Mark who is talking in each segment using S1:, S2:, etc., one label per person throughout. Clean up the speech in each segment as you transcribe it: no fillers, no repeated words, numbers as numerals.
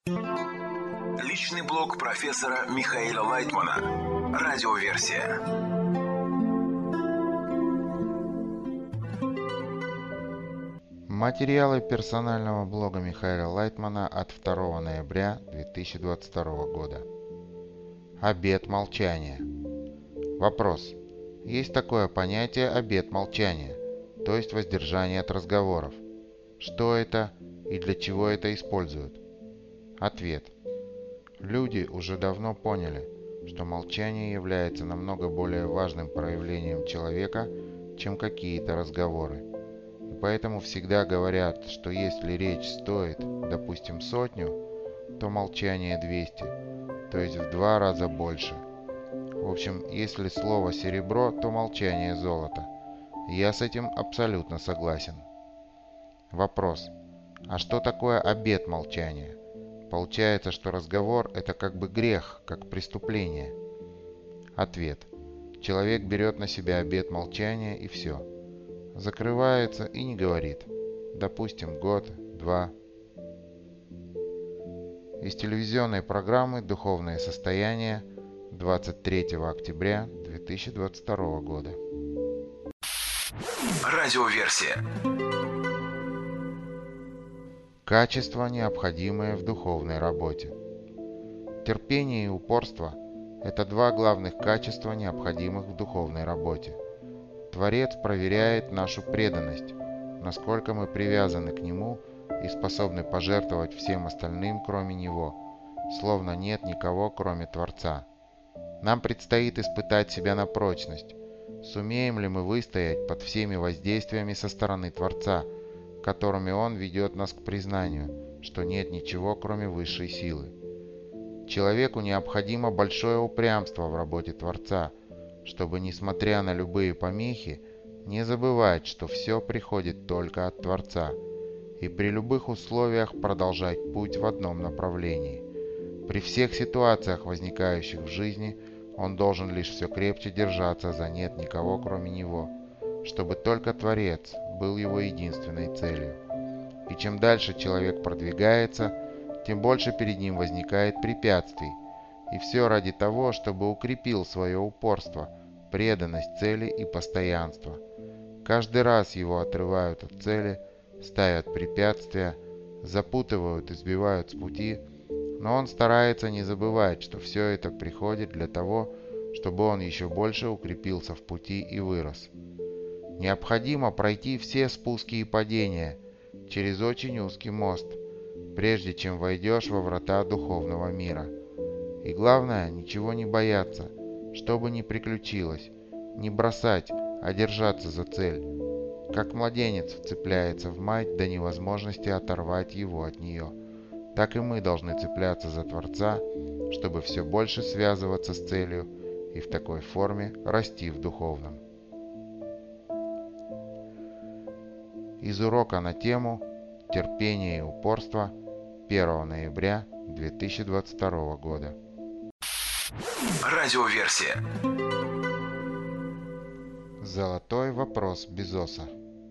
S1: Личный блог профессора Михаила Лайтмана. Радиоверсия.
S2: Материалы персонального блога Михаила Лайтмана от 2 ноября 2022 года. Обет молчания. Вопрос. Есть такое понятие обет молчания, то есть воздержание от разговоров. Что это и для чего это используют? Ответ. Люди уже давно поняли, что молчание является намного более важным проявлением человека, чем какие-то разговоры. И поэтому всегда говорят, что если речь стоит, допустим, 100, то молчание 200, то есть в 2 раза больше. В общем, если слово серебро, то молчание золото. Я с этим абсолютно согласен. Вопрос. А что такое обет молчания? Получается, что разговор – это как бы грех, как преступление. Ответ. Человек берет на себя обет молчания и все. Закрывается и не говорит. Допустим, год, 2. Из телевизионной программы «Духовное состояние» 23 октября 2022 года.
S1: Радиоверсия.
S2: Качества, необходимые в духовной работе. Терпение и упорство – это 2 главных качества, необходимых в духовной работе. Творец проверяет нашу преданность, насколько мы привязаны к Нему и способны пожертвовать всем остальным, кроме Него, словно нет никого, кроме Творца. Нам предстоит испытать себя на прочность. Сумеем ли мы выстоять под всеми воздействиями со стороны Творца, которыми Он ведет нас к признанию, что нет ничего, кроме высшей силы. Человеку необходимо большое упрямство в работе Творца, чтобы, несмотря на любые помехи, не забывать, что все приходит только от Творца, и при любых условиях продолжать путь в одном направлении. При всех ситуациях, возникающих в жизни, он должен лишь все крепче держаться за «нет никого, кроме него», чтобы только Творец был его единственной целью. И чем дальше человек продвигается, тем больше перед ним возникает препятствий. И все ради того, чтобы укрепил свое упорство, преданность цели и постоянство. Каждый раз его отрывают от цели, ставят препятствия, запутывают и сбивают с пути, но он старается не забывать, что все это приходит для того, чтобы он еще больше укрепился в пути и вырос. Необходимо пройти все спуски и падения через очень узкий мост, прежде чем войдешь во врата духовного мира. И главное, ничего не бояться, что бы ни приключилось, не бросать, а держаться за цель. Как младенец вцепляется в мать до невозможности оторвать его от нее, так и мы должны цепляться за Творца, чтобы все больше связываться с целью и в такой форме расти в духовном. Из урока на тему «Терпение и упорство» 1 ноября 2022 года.
S1: Радиоверсия.
S2: Золотой вопрос Безоса.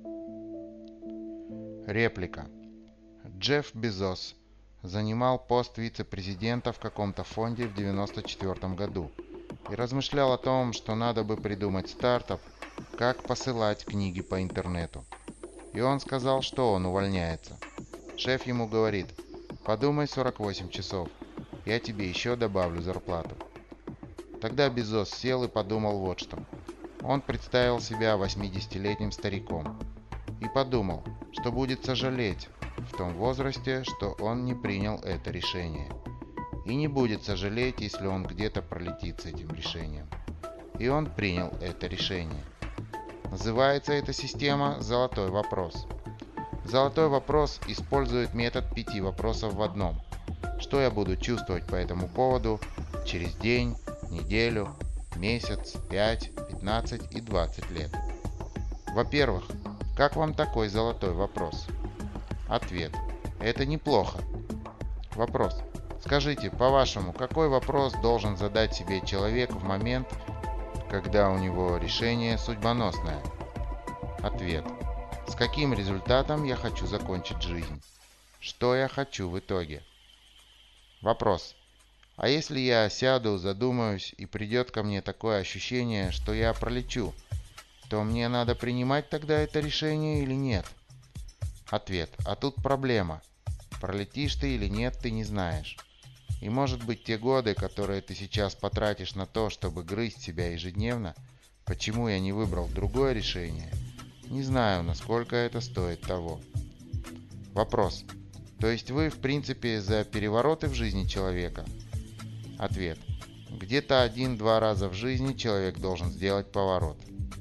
S2: Реплика. Джефф Безос занимал пост вице-президента в каком-то фонде в 1994 году и размышлял о том, что надо бы придумать стартап, как посылать книги по интернету. И он сказал, что он увольняется. Шеф ему говорит: подумай 48 часов, я тебе еще добавлю зарплату. Тогда Безос сел и подумал вот что. Он представил себя 80-летним стариком и подумал, что будет сожалеть в том возрасте, что он не принял это решение. И не будет сожалеть, если он где-то пролетит с этим решением. И он принял это решение. Называется эта система «Золотой вопрос». Золотой вопрос использует метод 5 вопросов в одном. Что я буду чувствовать по этому поводу через день, неделю, месяц, 5, 15 и 20 лет? Во-первых, как вам такой золотой вопрос? Ответ. Это неплохо. Вопрос. Скажите, по-вашему, какой вопрос должен задать себе человек в момент, когда у него решение судьбоносное? Ответ. С каким результатом я хочу закончить жизнь? Что я хочу в итоге? Вопрос. А если я сяду, задумаюсь и придет ко мне такое ощущение, что я пролечу, то мне надо принимать тогда это решение или нет? Ответ. А тут проблема. Пролетишь ты или нет, ты не знаешь. И может быть те годы, которые ты сейчас потратишь на то, чтобы грызть себя ежедневно, почему я не выбрал другое решение, не знаю, насколько это стоит того. Вопрос. То есть вы, в принципе, за перевороты в жизни человека? Ответ. Где-то 1-2 раза в жизни человек должен сделать поворот.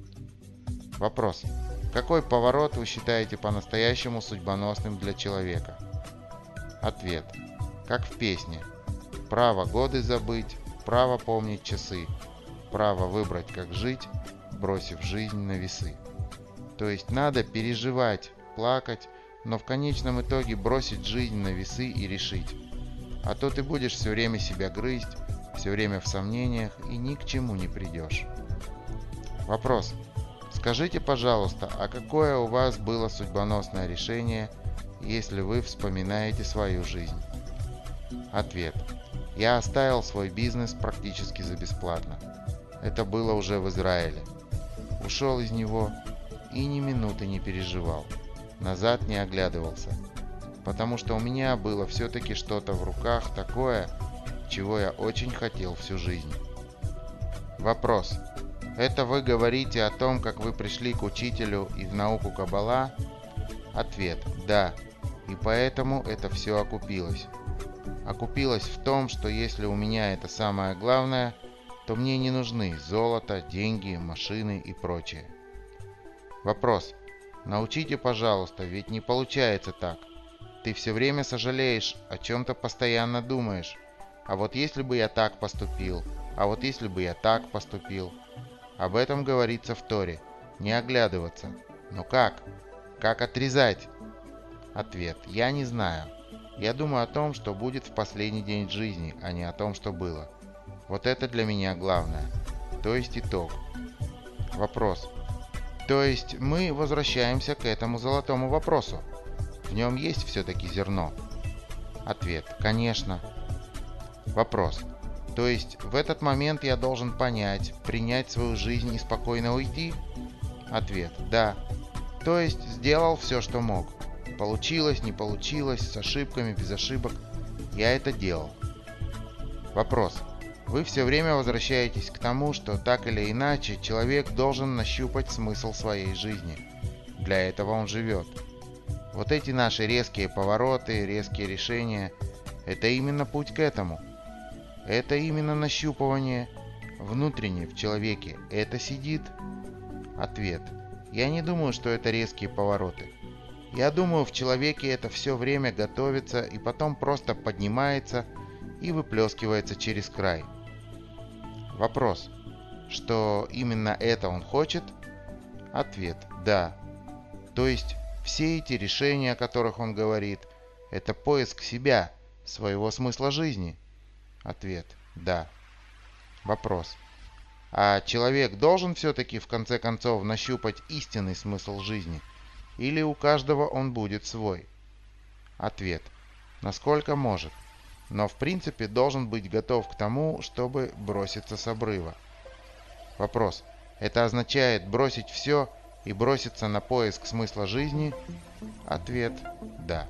S2: Вопрос. Какой поворот вы считаете по-настоящему судьбоносным для человека? Ответ. Как в песне. Право годы забыть, право помнить часы, право выбрать, как жить, бросив жизнь на весы. То есть надо переживать, плакать, но в конечном итоге бросить жизнь на весы и решить. А то ты будешь все время себя грызть, все время в сомнениях и ни к чему не придешь. Вопрос. Скажите, пожалуйста, а какое у вас было судьбоносное решение, если вы вспоминаете свою жизнь? Ответ. Я оставил свой бизнес практически за бесплатно. Это было уже в Израиле. Ушел из него и ни минуты не переживал. Назад не оглядывался. Потому что у меня было все-таки что-то в руках такое, чего я очень хотел всю жизнь. Вопрос. Это вы говорите о том, как вы пришли к учителю и в науку Каббала? Ответ. Да. И поэтому это все окупилось. Окупилось в том, что если у меня это самое главное, то мне не нужны золото, деньги, машины и прочее. Вопрос. Научите, пожалуйста, ведь не получается так. Ты все время сожалеешь, о чем-то постоянно думаешь. А вот если бы я так поступил, а вот если бы я так поступил. Об этом говорится в Торе. Не оглядываться. Но как? Как отрезать? Ответ. Я не знаю. Я думаю о том, что будет в последний день жизни, а не о том, что было. Вот это для меня главное. То есть итог. Вопрос. То есть мы возвращаемся к этому золотому вопросу. В нем есть все-таки зерно? Ответ. Конечно. Вопрос. То есть в этот момент я должен понять, принять свою жизнь и спокойно уйти? Ответ. Да. То есть сделал все, что мог. Получилось, не получилось, с ошибками, без ошибок. Я это делал. Вопрос. Вы все время возвращаетесь к тому, что так или иначе человек должен нащупать смысл своей жизни. Для этого он живет. Вот эти наши резкие повороты, резкие решения – это именно путь к этому. Это именно нащупывание внутреннее в человеке. Это сидит? Ответ. Я не думаю, что это резкие повороты. Я думаю, в человеке это все время готовится и потом просто поднимается и выплескивается через край. Вопрос. Что именно это он хочет? Ответ. Да. То есть все эти решения, о которых он говорит, это поиск себя, своего смысла жизни? Ответ. Да. Вопрос. А человек должен все-таки в конце концов нащупать истинный смысл жизни? Или у каждого он будет свой? Ответ. Насколько может. Но в принципе должен быть готов к тому, чтобы броситься с обрыва. Вопрос. Это означает бросить все и броситься на поиск смысла жизни? Ответ. Да.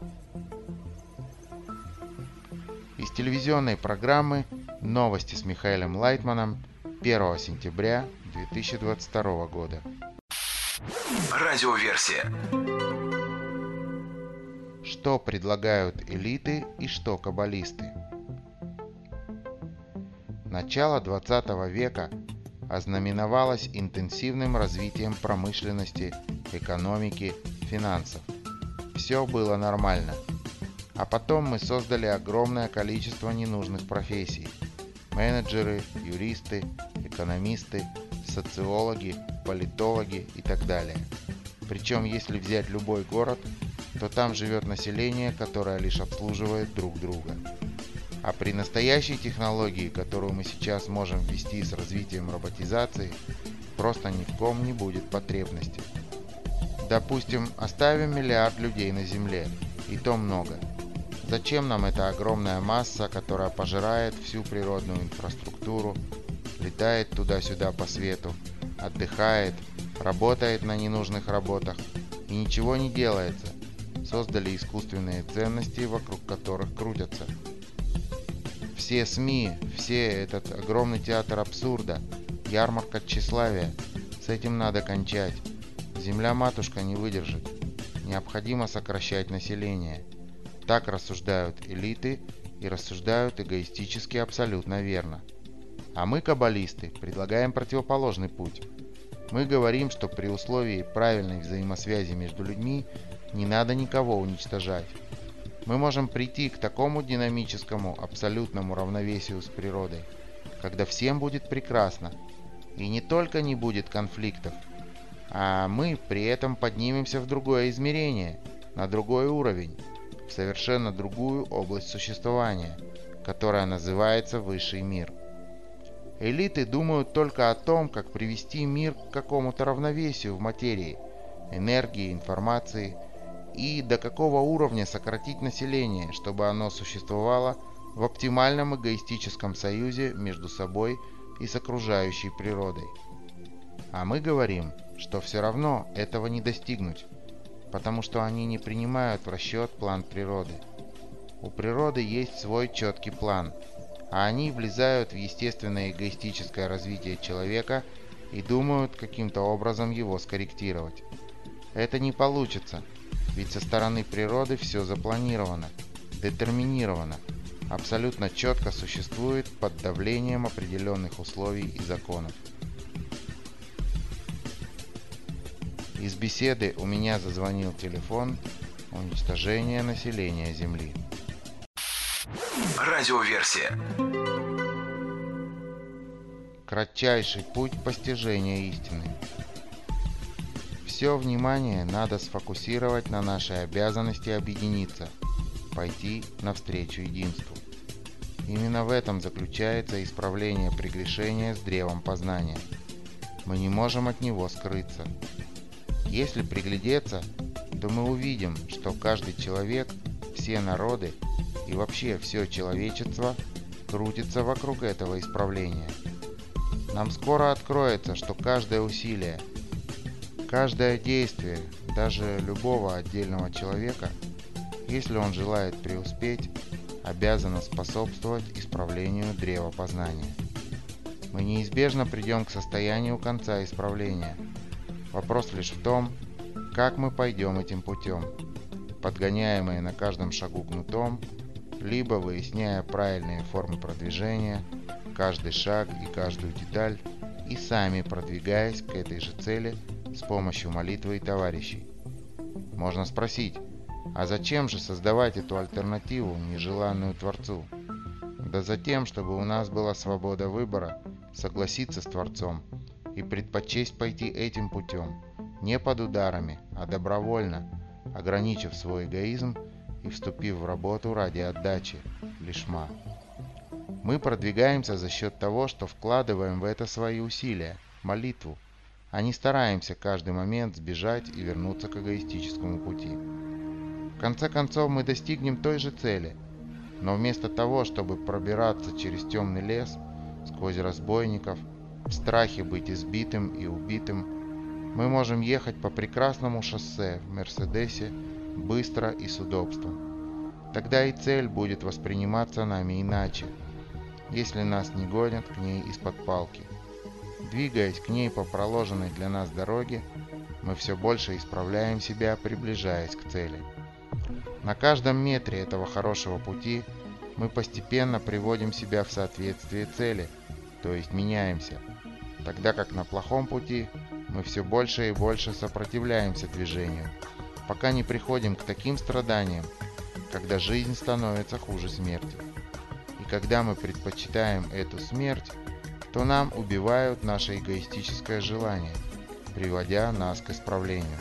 S2: Из телевизионной программы «Новости с Михаилом Лайтманом» 1 сентября 2022 года.
S1: Радиоверсия.
S2: Что предлагают элиты и что каббалисты? Начало 20 века ознаменовалось интенсивным развитием промышленности, экономики, финансов. Все было нормально. А потом мы создали огромное количество ненужных профессий. Менеджеры, юристы, экономисты, социологи, политологи и так далее. Причем, если взять любой город, то там живет население, которое лишь обслуживает друг друга. А при настоящей технологии, которую мы сейчас можем ввести с развитием роботизации, просто ни в ком не будет потребности. Допустим, оставим 1 миллиард людей на Земле, и то много. Зачем нам эта огромная масса, которая пожирает всю природную инфраструктуру, летает туда-сюда по свету, отдыхает, работает на ненужных работах и ничего не делается? Создали искусственные ценности, вокруг которых крутятся. Все СМИ, все этот огромный театр абсурда, ярмарка тщеславия. С этим надо кончать. Земля-матушка не выдержит. Необходимо сокращать население. Так рассуждают элиты и рассуждают эгоистически абсолютно верно. А мы, каббалисты, предлагаем противоположный путь. Мы говорим, что при условии правильной взаимосвязи между людьми не надо никого уничтожать. Мы можем прийти к такому динамическому, абсолютному равновесию с природой, когда всем будет прекрасно, и не только не будет конфликтов, а мы при этом поднимемся в другое измерение, на другой уровень, в совершенно другую область существования, которая называется высший мир. Элиты думают только о том, как привести мир к какому-то равновесию в материи, энергии, информации, и до какого уровня сократить население, чтобы оно существовало в оптимальном эгоистическом союзе между собой и с окружающей природой. А мы говорим, что все равно этого не достигнуть, потому что они не принимают в расчет план природы. У природы есть свой четкий план, а они влезают в естественное эгоистическое развитие человека и думают каким-то образом его скорректировать. Это не получится. Ведь со стороны природы все запланировано, детерминировано, абсолютно четко существует под давлением определенных условий и законов. Из беседы у меня зазвонил телефон. Уничтожение населения Земли.
S1: Радиоверсия.
S2: Кратчайший путь постижения истины. Все внимание надо сфокусировать на нашей обязанности объединиться, пойти навстречу единству. Именно в этом заключается исправление прегрешения с древом познания. Мы не можем от него скрыться. Если приглядеться, то мы увидим, что каждый человек, все народы и вообще все человечество крутится вокруг этого исправления. Нам скоро откроется, что каждое усилие, каждое действие, даже любого отдельного человека, если он желает преуспеть, обязано способствовать исправлению древа познания. Мы неизбежно придем к состоянию конца исправления. Вопрос лишь в том, как мы пойдем этим путем, подгоняемые на каждом шагу кнутом, либо выясняя правильные формы продвижения, каждый шаг и каждую деталь, и сами продвигаясь к этой же цели с помощью молитвы и товарищей. Можно спросить, а зачем же создавать эту альтернативу, нежеланную Творцу? Да за тем, чтобы у нас была свобода выбора, согласиться с Творцом и предпочесть пойти этим путем, не под ударами, а добровольно, ограничив свой эгоизм и вступив в работу ради отдачи, лишма. Мы продвигаемся за счет того, что вкладываем в это свои усилия, молитву, а не стараемся каждый момент сбежать и вернуться к эгоистическому пути. В конце концов мы достигнем той же цели, но вместо того, чтобы пробираться через темный лес, сквозь разбойников, в страхе быть избитым и убитым, мы можем ехать по прекрасному шоссе в Мерседесе быстро и с удобством. Тогда и цель будет восприниматься нами иначе, если нас не гонят к ней из-под палки. Двигаясь к ней по проложенной для нас дороге, мы все больше исправляем себя, приближаясь к цели. На каждом метре этого хорошего пути мы постепенно приводим себя в соответствие цели, то есть меняемся, тогда как на плохом пути мы все больше и больше сопротивляемся движению, пока не приходим к таким страданиям, когда жизнь становится хуже смерти. И когда мы предпочитаем эту смерть, то нам убивают наше эгоистическое желание, приводя нас к исправлению.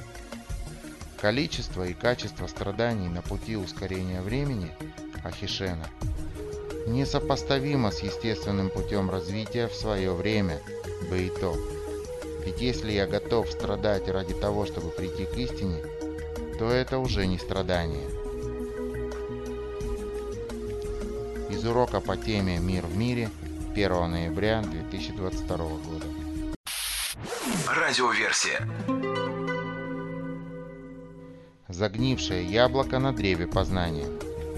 S2: Количество и качество страданий на пути ускорения времени, Ахишена, несопоставимо с естественным путем развития в свое время, Баито. Ведь если я готов страдать ради того, чтобы прийти к истине, то это уже не страдание. Из урока по теме «Мир в мире» 1 ноября 2022 года.
S1: Радиоверсия.
S2: Загнившее яблоко на древе познания.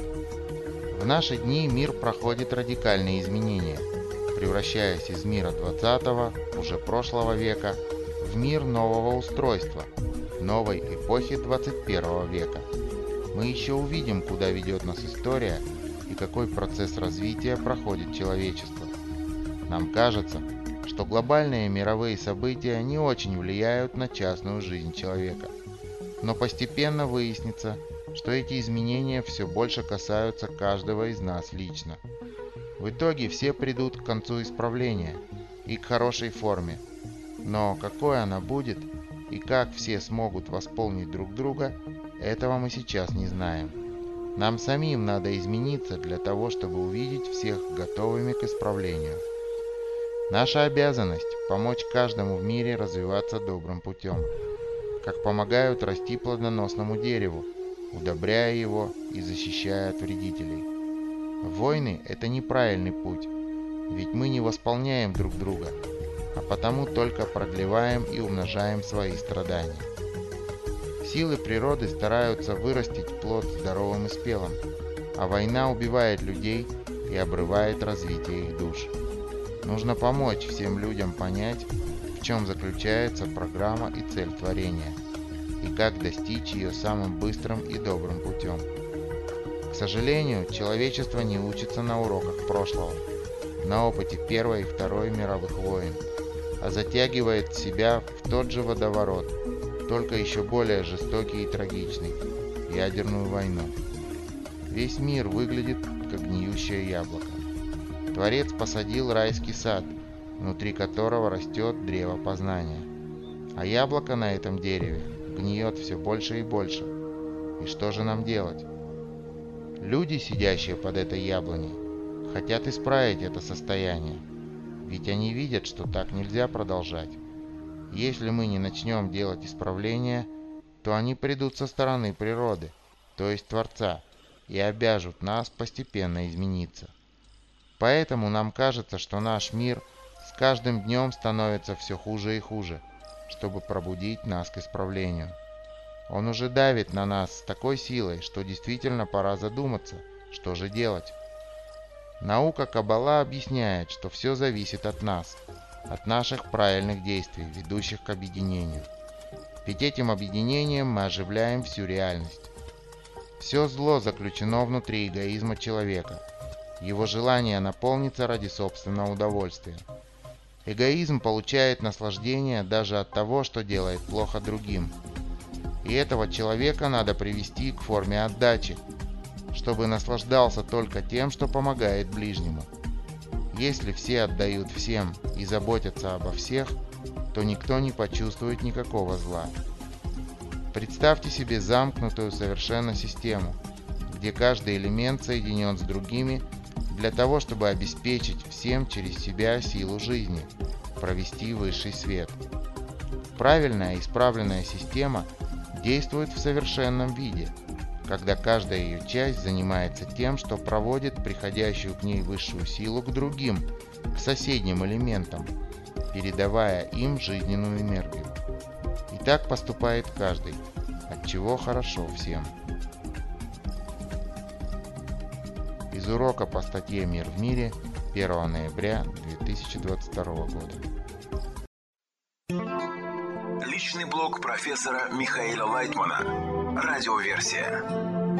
S2: В наши дни мир проходит радикальные изменения, превращаясь из мира 20-го, уже прошлого века, в мир нового устройства, новой эпохи 21 века. Мы еще увидим, куда ведет нас история и какой процесс развития проходит человечество. Нам кажется, что глобальные мировые события не очень влияют на частную жизнь человека. Но постепенно выяснится, что эти изменения все больше касаются каждого из нас лично. В итоге все придут к концу исправления и к хорошей форме. Но какой она будет и как все смогут восполнить друг друга, этого мы сейчас не знаем. Нам самим надо измениться для того, чтобы увидеть всех готовыми к исправлению. Наша обязанность – помочь каждому в мире развиваться добрым путем, как помогают расти плодоносному дереву, удобряя его и защищая от вредителей. Войны – это неправильный путь, ведь мы не восполняем друг друга, а потому только продлеваем и умножаем свои страдания. Силы природы стараются вырастить плод здоровым и спелым, а война убивает людей и обрывает развитие их душ. Нужно помочь всем людям понять, в чем заключается программа и цель творения, и как достичь ее самым быстрым и добрым путем. К сожалению, человечество не учится на уроках прошлого, на опыте Первой и Второй мировых войн, а затягивает себя в тот же водоворот, только еще более жестокий и трагичный – ядерную войну. Весь мир выглядит как гниющее яблоко. Творец посадил райский сад, внутри которого растет древо познания. А яблоко на этом дереве гниет все больше и больше. И что же нам делать? Люди, сидящие под этой яблоней, хотят исправить это состояние, ведь они видят, что так нельзя продолжать. Если мы не начнем делать исправления, то они придут со стороны природы, то есть Творца, и обяжут нас постепенно измениться. Поэтому нам кажется, что наш мир с каждым днем становится все хуже и хуже, чтобы пробудить нас к исправлению. Он уже давит на нас с такой силой, что действительно пора задуматься, что же делать. Наука Каббала объясняет, что все зависит от нас, от наших правильных действий, ведущих к объединению. Ведь этим объединением мы оживляем всю реальность. Все зло заключено внутри эгоизма человека, его желание наполниться ради собственного удовольствия. Эгоизм получает наслаждение даже от того, что делает плохо другим. И этого человека надо привести к форме отдачи, чтобы наслаждался только тем, что помогает ближнему. Если все отдают всем и заботятся обо всех, то никто не почувствует никакого зла. Представьте себе замкнутую совершенно систему, где каждый элемент соединен с другими для того, чтобы обеспечить всем через себя силу жизни, провести высший свет. Правильная исправленная система действует в совершенном виде, когда каждая ее часть занимается тем, что проводит приходящую к ней высшую силу к другим, к соседним элементам, передавая им жизненную энергию. И так поступает каждый, от чего хорошо всем. Из урока по статье «Мир в мире» 1 ноября 2022 года.
S1: Личный блог профессора Михаила Лайтмана. Радиоверсия.